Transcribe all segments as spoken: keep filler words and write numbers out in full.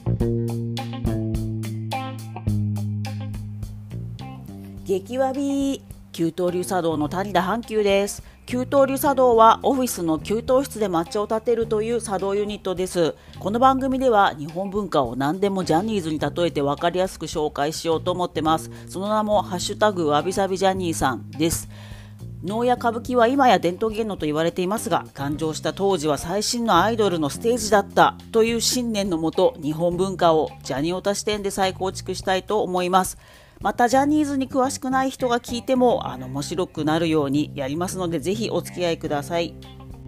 激わび給湯流茶道の谷田阪急です。給湯流茶道はオフィスの給湯室で抹茶を立てるという茶道ユニットです。この番組では日本文化を何でもジャニーズに例えて分かりやすく紹介しようと思ってます。その名もハッシュタグわびさびジャニーさんです。能や歌舞伎は今や伝統芸能と言われていますが、誕生した当時は最新のアイドルのステージだったという信念のもと、日本文化をジャニオタ視点で再構築したいと思います。またジャニーズに詳しくない人が聞いてもあの面白くなるようにやりますので、ぜひお付き合いください。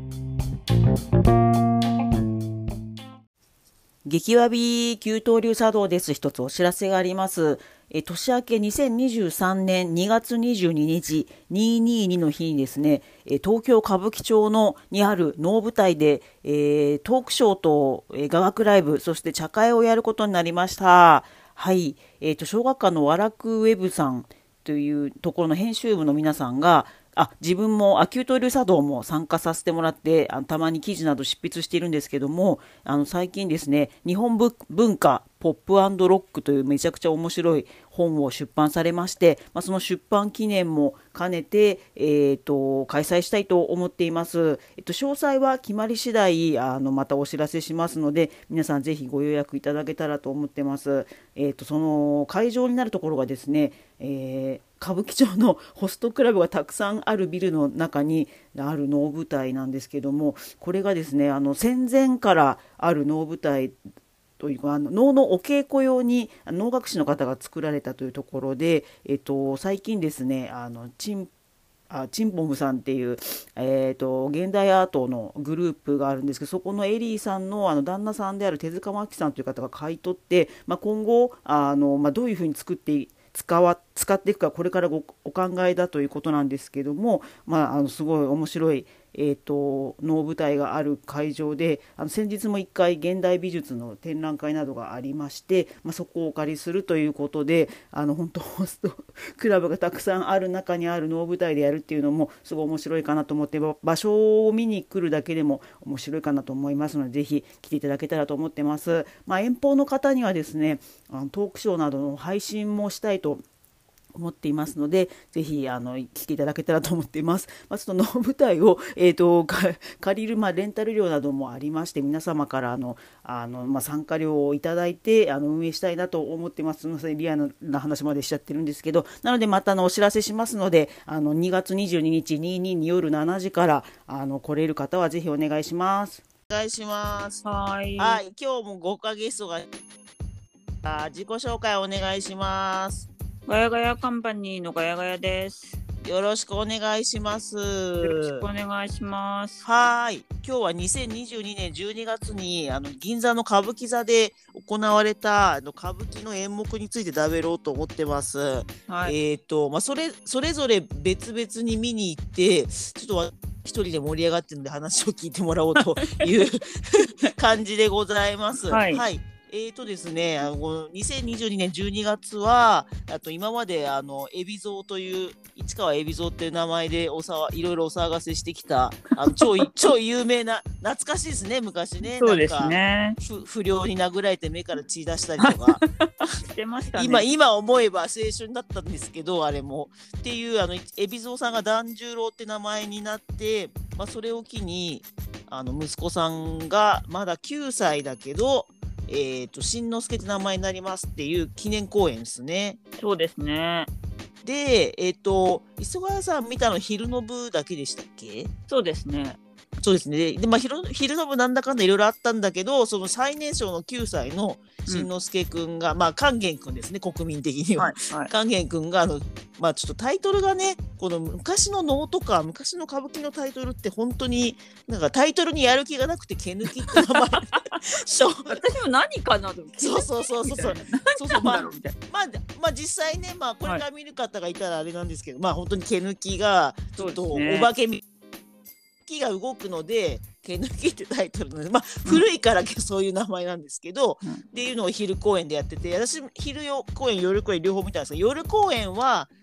激わび給湯流茶道です。一つお知らせがあります。え年明けにせんにじゅうさんねんにがつにじゅうににちにひゃくにじゅうにの日にですね、東京歌舞伎町のにある能舞台で、えー、トークショーと、えー、雅楽ライブ、そして茶会をやることになりました。はい、えーと、小学館の和楽ウェブさんというところの編集部の皆さんが、あ自分も給湯流茶道も参加させてもらって、あのたまに記事など執筆しているんですけども、あの最近ですね、日本文化ポップ&ロックというめちゃくちゃ面白い本を出版されまして、まあ、その出版記念も兼ねて、えー、と開催したいと思っています。えっと、詳細は決まり次第あのまたお知らせしますので、皆さんぜひご予約いただけたらと思ってます。えー、とその会場になるところがですね、えー歌舞伎町のホストクラブがたくさんあるビルの中にある能舞台なんですけども、これがですね、あの戦前からある能舞台というか、あの能のお稽古用に能楽師の方が作られたというところで、えっと、最近ですね、あのチンあチンポムさんっていう、えー、と現代アートのグループがあるんですけど、そこのエリーさんの、あの旦那さんである手塚真紀さんという方が買い取って、まあ、今後あの、まあ、どういうふうに作ってい使わ使っていくか、これからごお考えだということなんですけども、まあ、あのすごい面白い、えー、と能舞台がある会場で、あの先日もいっかい現代美術の展覧会などがありまして、まあ、そこをお借りするということで、あの本当ホストクラブがたくさんある中にある能舞台でやるっていうのもすごい面白いかなと思って、場所を見に来るだけでも面白いかなと思いますので、ぜひ来ていただけたらと思ってます。まあ、遠方の方にはですね、あのトークショーなどの配信もしたいと思っていますので、ぜひあの来ていただけたらと思っています。まあ、その舞台を、えー、と借りる、まあ、レンタル料などもありまして、皆様からあのあの、まあ、参加料をいただいてあの運営したいなと思ってます。すみません、リアルな話までしちゃってるんですけど、なのでまたのお知らせしますので、あのにがつにじゅうににちにじゅうにに夜しちじからあの来れる方はぜひお願いします。お願いします。 はい、 はい、今日も豪華ゲストがあ自己紹介お願いします。 ガヤガヤカンパニーのガヤガヤです。 よろしくお願いします。 よろしくお願いします。 はい、今日はにせんにじゅうにねんじゅうにがつにあの銀座の歌舞伎座で行われたあの歌舞伎の演目について食べろうと思ってます。はい、えっ、ー、と、まあ、それそれぞれ別々に見に行って、ちょっと一人で盛り上がってるので話を聞いてもらおうという感じでございます。はい、はい、えーとですね、あのにせんにじゅうにねんじゅうにがつはあと今まであの海老蔵という市川海老蔵っていう名前でおさわいろいろお騒がせしてきたあの超超有名な、懐かしいですね、昔ね。 そうですね。 不不良に殴られて目から血出したりとかしてましたね。 今今思えば青春だったんですけど、あれもっていうあの海老蔵さんが團十郎って名前になって、まあ、それを機にあの息子さんがまだきゅうさいだけど、えーと、新之助って名前になりますっていう記念公演ですね。 そうですね。 で、えっ、ー、と磯ヶ谷さん見たの昼の部だけでしたっけ？ そうですね。 そうですね。で、まあ、昼昼の部なんだかんだいろいろあったんだけど、その最年少のきゅうさいの新之助くんが、うん、まあ勸玄くんですね、国民的には。はいはい、勸玄くんがあの、まあ、ちょっとタイトルがね、この昔の能とか昔の歌舞伎のタイトルって本当になんかタイトルにやる気がなくて毛抜きって名前私も何かなと思って。 そうそうそうそうそうそうそう、まあ、まあ、まあ実際ね、まあこれから見る方がいたらあれなんですけど、はい、まあ本当に毛抜きがちょっとお化けみ木が動くので毛抜きってタイトルなんで、まあ、古いからそういう名前なんですけど、うん、っていうのを昼公演でやってて、私昼公演夜公演両方見たんですけど、夜公演は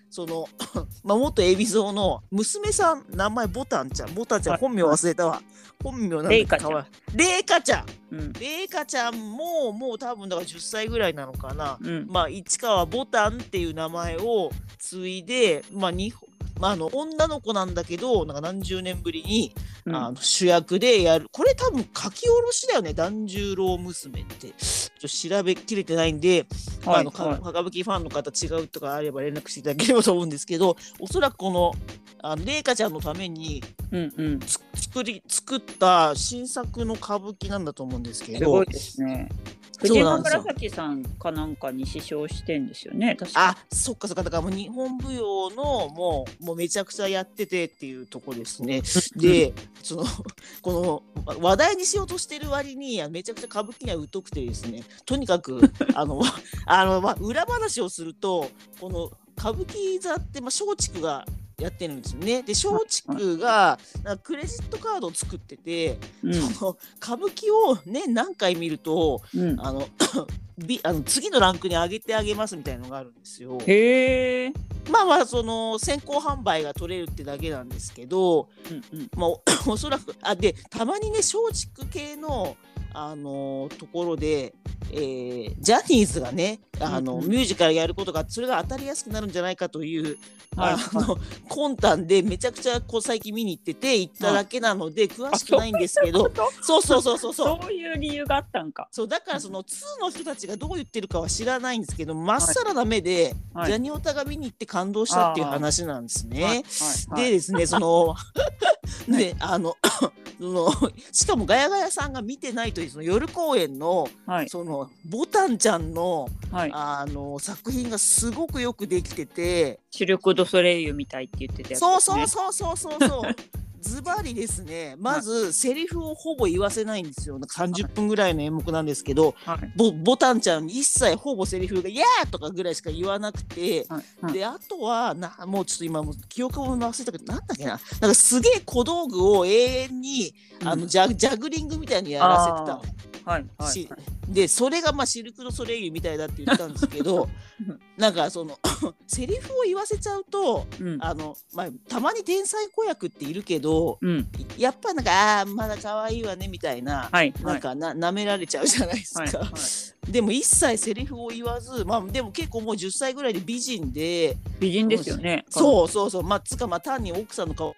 そのまあ元海老蔵の娘さん、名前ボタンちゃん、ボタンちゃん、 はい本名忘れたわ。本名なんだっけ、 レイカちゃんかわいレイカちゃん。 うんレイカちゃんももう多分だからじゅっさいぐらいなのかな。 うんまあ市川ボタンっていう名前を継いで、まあ日本まあ、あの女の子なんだけど、なんか何十年ぶりに、 うんあの主役でやる。これ多分書き下ろしだよね、團十郎娘って。ちょっと調べきれてないんで、まあ、あのかはい歌舞伎ファンの方違うとかあれば連絡していただければと思うんですけど、おそらくこのあのレイカちゃんのためにうんうんつ作り作った新作の歌舞伎なんだと思うんですけど。 すごいですね。藤原紫さんかなんかに師匠してんですよね、確か。 あ、そっかそっか、だからもう日本舞踊のもうもうめちゃくちゃやっててっていうとこですね。で、そのこの話題にしようとしてる割にめちゃくちゃ歌舞伎には疎くてですね、とにかくあのあのまあ裏話をすると、この歌舞伎座ってまあ松竹がやってるんですよね。で松竹がなんかクレジットカードを作ってて、 うんその歌舞伎を年何回見るとうん、 あのびあの次のランクに上げてあげますみたいなのがあるんですよ。 へえ。 まあまあその先行販売が取れるってだけなんですけど、 うんうんまあ、お, おそらくあでたまにね松竹系のあのーところで、えージャニーズがねあの、 うんうんミュージカルやることがそれが当たりやすくなるんじゃないかという、 はいあの魂胆でめちゃくちゃこう最近見に行ってて行っただけなので詳しくないんですけど、そうそうそうそうそうそういう理由があったんか。 そうだからそのにの人たちがどう言ってるかは知らないんですけど、まっさらな目で、 はいジャニオタが見に行って感動したっていう話なんですね。 はいはいはいでですね、そのであのそのしかもガヤガヤさんが見てないというその夜公演の、 はいそのボタンちゃんの、 はい、 あの作品がすごくよくできてて、 シルク・ドゥ・ソレイユみたいって言ってたやつそうですね。 そうそうそうそうそうズバリですね、まずセリフをほぼ言わせないんですよ。なんかさんじゅっぷんぐらいの演目なんですけど、 はいボ, ボタンちゃん一切ほぼセリフが「イヤー!」とかぐらいしか言わなくて、 はいはいであとはなもうちょっと今もう記憶も忘れたけどなんだっけな、なんかすげえ小道具を永遠に、 うんあのジャジャグリングみたいにやらせてたの。 はいはいしはいでそれがまあシルク・ドゥ・ソレイユみたいだって言ったんですけどなんかそのセリフを言わせちゃうとうんあの、まあ、たまに天才子役っているけどうんやっぱなんかあーまだ可愛いわねみたいな、 はいなんかな舐められちゃうじゃないですか、 はいはいでも一切セリフを言わず、まあでも結構もうじゅっさいぐらいで美人で、 美人ですよね。 そうそうそう、まあつかまあ単に奥さんの顔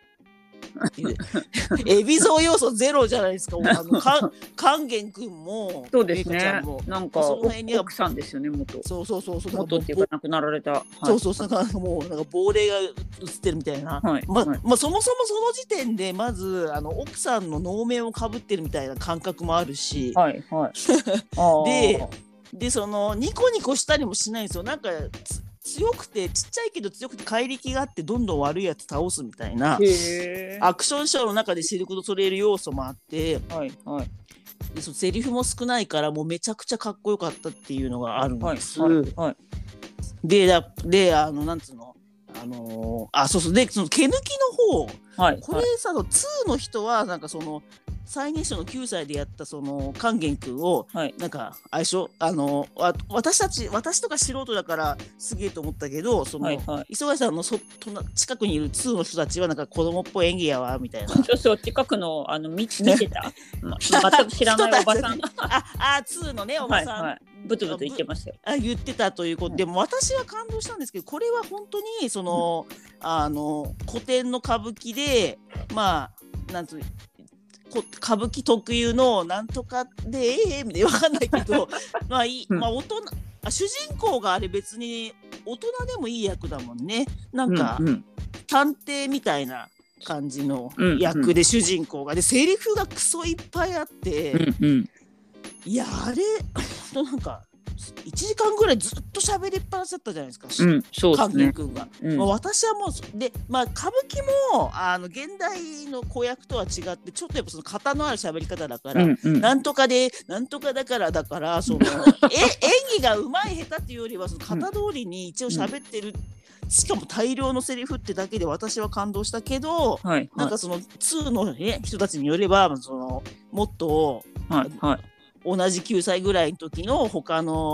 エビゾー要素ゼロじゃないですか。あのか勸玄くんもそうですねレイカちゃんも。 なんかその辺には奥さんですよね、元。 そうそうそうそう元っていうか亡くなられた。はいそうそうそうなんかもうなんか亡霊が映ってるみたいな、 はいまあはいまあそもそもその時点でまずあの奥さんの能面をかぶってるみたいな感覚もあるし、 はいはい。あーででそのニコニコしたりもしないんですよ。なんかつ強くてちっちゃいけど強くて怪力があってどんどん悪いやつ倒すみたいなへーアクションショーの中でシルク・ドゥ・ソレイユ要素もあって、 はいはいでそのセリフも少ないからもうめちゃくちゃかっこよかったっていうのがあるんはいです。 はいはい。 でだであのなんつうのあのーあそうそうでその毛抜きの方はいこれさ、にの人はなんかその最年少のきゅうさいでやったその勸玄君をはいなんかあれでしょあのわ私たち私とか素人だからすげえと思ったけどその、 はいはい磯貝さんのそとな近くにいるにの人たちはなんか子供っぽい演技やわみたいなそうそう近くのあの見見てた、ま、全く知らないおばさんがああにのねおばさん、 はいはいブツブツ言ってましたよ。 あ言ってたということで、でも私は感動したんですけどこれは本当にその、うん、あの古典の歌舞伎でまあなんつうこ歌舞伎特有のなんとかでええみたいな分かんないけどまあいい、まあ大人あ主人公があれ別に大人でもいい役だもんね。なんか、 うんうん、 探偵みたいな感じのうんうん、 役で主人公がでセリフがクソいっぱいあって、 うんうん、 いやあれほんとなんかいちじかんぐらいずっと喋りっぱなしだったじゃないですか、 うん、そうですね。 勸玄君が、 うんまあ、私はもうで、まあ、歌舞伎もあの現代の子役とは違ってちょっとやっぱその型のある喋り方だから、 うんうん、 なんとかでなんとかだからだからそのえ演技がうまい下手っていうよりはその型通りに一応喋ってる、うん、しかも大量のセリフってだけで私は感動したけど、 はいはい、 なんかそのにの、ね、人たちによればそのもっと、 はいはい、 同じきゅうさいぐらいの時の他の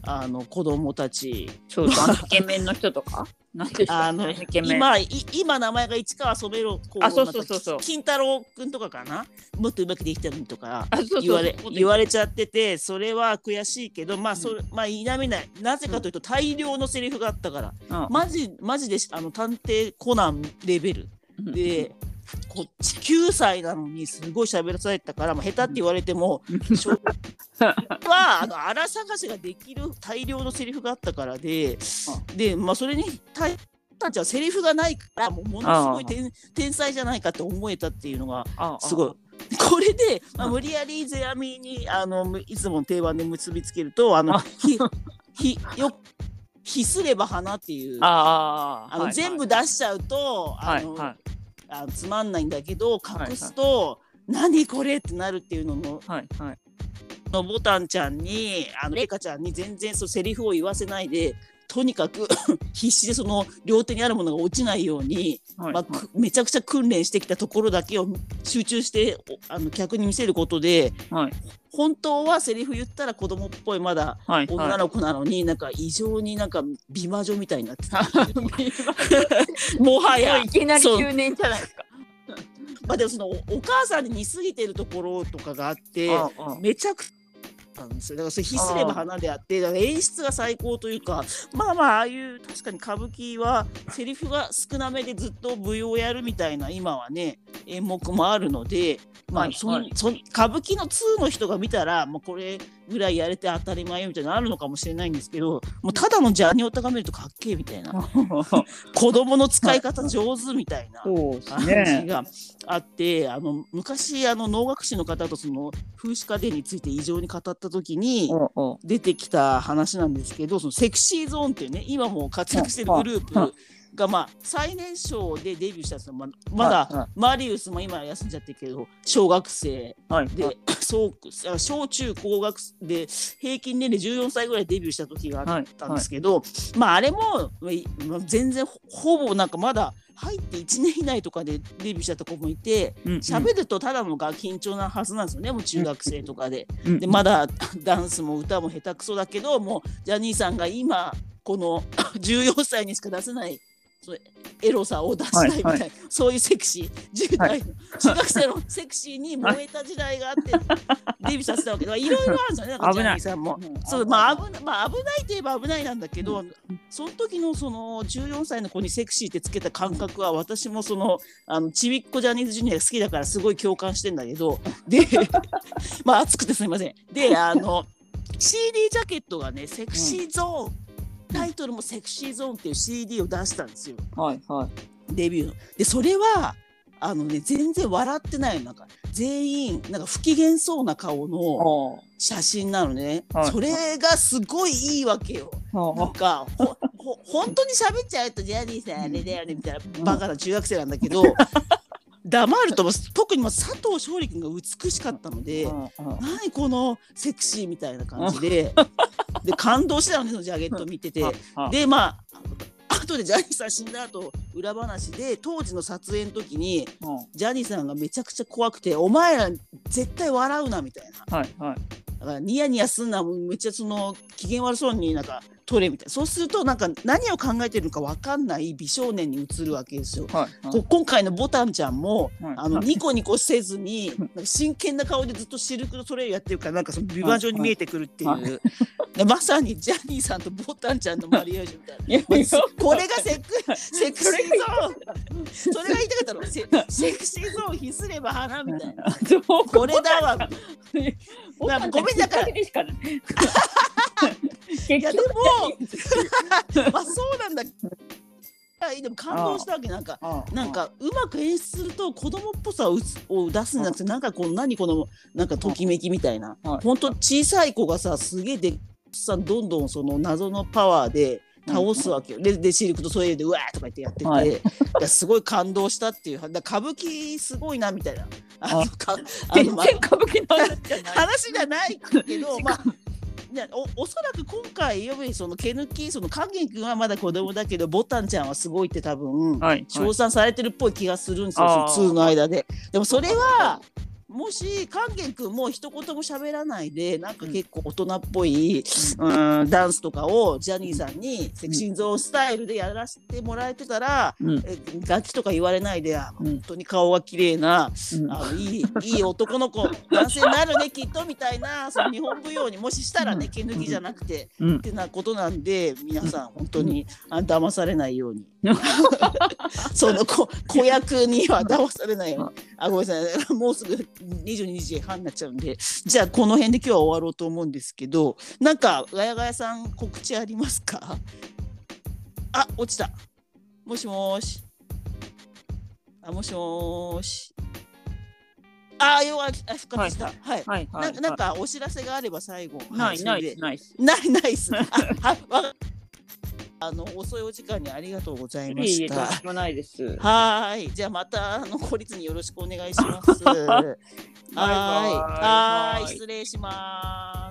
あの子供たち、 そうそう、あのイケメンの人とかなんでしょう、 あのイケメン。 今い今名前が市川染めろこあ、そうそうそうそう、 金太郎くんとかかな、もっとうまくできたのにとかあ、そうそう言われそう言われちゃってて、それは悔しいけど、まあそれ、まあ否めない。なぜかというと大量のセリフがあったから、 うん、 マジマジであの探偵コナンレベルで。こっちきゅうさいなのにすごい喋らされたから、まあ、下手って言われても、うん、はあの荒探しができる大量のセリフがあったからで、うん、で、まあ、それにたたちはセリフがないからもうものすごい天、天才じゃないかって思えたっていうのがすごい。これで、まあ、無理やり世阿弥にあのいつもの定番で結びつけると、あのひひよひすれば花っていうああの、はい、全部出しちゃうと、あの、はいはい、あつまんないんだけど隠すと、はいはい、何これってなるっていうのの、はいはい、のボタンちゃんにあのレカちゃんに全然そうセリフを言わせないで、とにかく必死でその両手にあるものが落ちないように、はいまあ、はい、めちゃくちゃ訓練してきたところだけを集中してあの客に見せることで、はい、本当はセリフ言ったら子供っぽいまだ女の子なのに、はいはい、なんか異常になんか美魔女みたいになってたもはやいきなり中年じゃないですかまあでもその お, お母さんに似すぎてるところとかがあってああめちゃくちゃなんですよ。だからそれひすれば花であって、だから演出が最高というか、まあまあああいう確かに歌舞伎はセリフが少なめでずっと舞踊をやるみたいな今はね演目もあるので、まあそ、はいはい、そ歌舞伎の通の人が見たらもうこれぐらいやれて当たり前みたいなのあるのかもしれないんですけど、もうただのジャニオタが見るとかっけえみたいな子供の使い方上手みたいな感じがあって、あの昔あの能楽師の方とその風刺家電について異常に語った時に出てきた話なんですけど、そのセクシーゾーンっていうね今も活躍してるグループがまあ最年少でデビューしたんですよ。ま, まだマリウスも今休んじゃってるけど小学生で、そう小中高学で平均年齢じゅうよんさいぐらいデビューした時があったんですけど、はいはい、まああれも全然ほぼなんかまだ入っていちねん以内とかでデビューしたとこもいて、喋、うんうん、るとただのが緊張なはずなんですよね、もう中学生とかで、うん、でまだダンスも歌も下手くそだけど、もうジャニーさんが今このじゅうよんさいにしか出せないそれエロさを出したいみたいな、はいはい、そういうセクシーじゅう代の、はい、中学生のセクシーに燃えた時代があってデビューさせたわけで、いろいろあるんですよね。なんかジャニーさんも、そう、まあ、危な、まあ、危ないといえば危ないなんだけど、うん、その時のそのじゅうよんさいの子にセクシーってつけた感覚は私もそのあのちびっこジャニーズジュニアが好きだからすごい共感してんだけど、でまあ熱くてすみません。であの シーディー ジャケットがねセクシーゾーン、うんタイトルもセクシーゾーンっていう シーディー を出したんですよ、はいはい、デビューの。でそれはあの、ね、全然笑ってない、なんか全員なんか不機嫌そうな顔の写真なのね、はい、それがすごいいいわけよ、はい、なんかほほ本当に喋っちゃうとジャニーさんあれだよねみたいなバカな中学生なんだけど黙ると特にも佐藤勝利君が美しかったので、何このセクシーみたいな感じでで感動してたのね、そのジャケット見ててでまあ後でジャニーさん死んだ後裏話で当時の撮影の時にジャニーさんがめちゃくちゃ怖くて、お前ら絶対笑うなみたいな、はいはい、だからニヤニヤすんな、めっちゃその機嫌悪そうになんか撮れみたいな、そうするとなんか何を考えてるのか分かんない美少年に映るわけですよ、はいはい、今回のボタンちゃんも、はい、あのニコニコせずになんか真剣な顔でずっとシルク・ドゥ・ソレイユやってるから、なんかその美魔女に見えてくるっていう、はいはい、でまさにジャニーさんとボタンちゃんのマリアージュみたいなこれがセク、セクシーゾーンそれが言いたかったのセ, セクシーゾーンひすれば花みたいなこれだわなんかごめんだからいやでもまあそうなんだでも感動したわけ。なんかなんかうまく演出すると子供っぽさを出すんじゃなくて、なんかこう何このなんかときめきみたいな、ほんと小さい子がさすげえでさどんどんその謎のパワーで倒すわけよ、うん、で, でシルクとソレイユでうわーとか言ってやってて、はい、すごい感動したっていう。だ歌舞伎すごいなみたいな、あのか全然歌舞伎の話じゃないけどまあお, おそらく今回よりその毛抜きその勸玄君はまだ子供だけどボタンちゃんはすごいって多分、はい、称賛されてるっぽい気がするんですよ、そのにの間で。でもそれはもし勸玄君も一言も喋らないでなんか結構大人っぽい、うんうん、ダンスとかをジャニーさんにセクシーゾーンスタイルでやらせてもらえてたら、うん、えガキとか言われないで、あ本当に顔が綺麗な、うん、あのいいいい男の子男性になるねきっとみたいな、その日本舞踊にもししたらね、毛抜きじゃなくて、うん、ってなことなんで、皆さん本当に、うん、あ騙されないようにその子子役には騙されないように。あ、ごめんなさい、もうすぐにじゅうにじはんになっちゃうんで、じゃあこの辺で今日は終わろうと思うんですけど、なんかガヤガヤさん告知ありますか？あ、落ちた。もしもーし。あ、もしもーし。あ、よかった、復活した。はい。はいはいはい、な, なんかお知らせがあれば最後。 ない、ないです、ないです。 ないないです。あ、は、わあの遅いお時間にありがとうございました。いえいえ、とんでもないです。はい。じゃあまたあの懲りずによろしくお願いします。はい。はい。失礼します。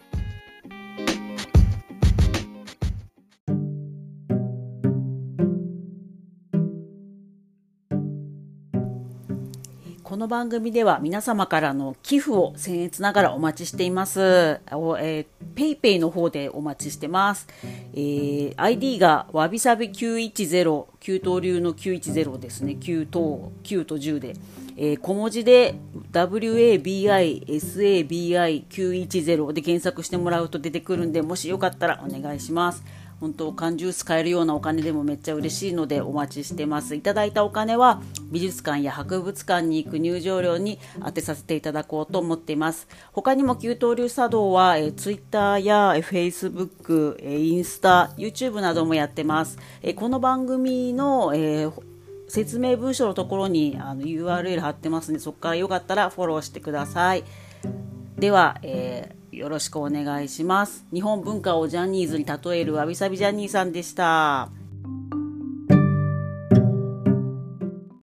この番組では皆様からの寄付を僭越ながらお待ちしています。お、えー、ペイペイの方でお待ちしてます。えー、アイディー がわびさびきゅういちゼロ、きゅう刀流のきゅういちゼロですね。きゅう刀、きゅうとじゅうで、えー、小文字で ダブリューエービーアイエスエービーアイきゅういちゼロ で検索してもらうと出てくるんで、もしよかったらお願いします。本当缶ジュース買えるようなお金でもめっちゃ嬉しいのでお待ちしてます。いただいたお金は美術館や博物館に行く入場料に当てさせていただこうと思っています。他にもきゅう刀流茶道は、えー、ツイッターや、えー、フェイスブック、えー、インスタ、YouTube などもやってます。えー、この番組の、えー、説明文書のところにあの ユーアールエル 貼ってますので、そこからよかったらフォローしてください。では、えーよろしくお願いします。日本文化をジャニーズに例えるわびさびジャニーさんでした。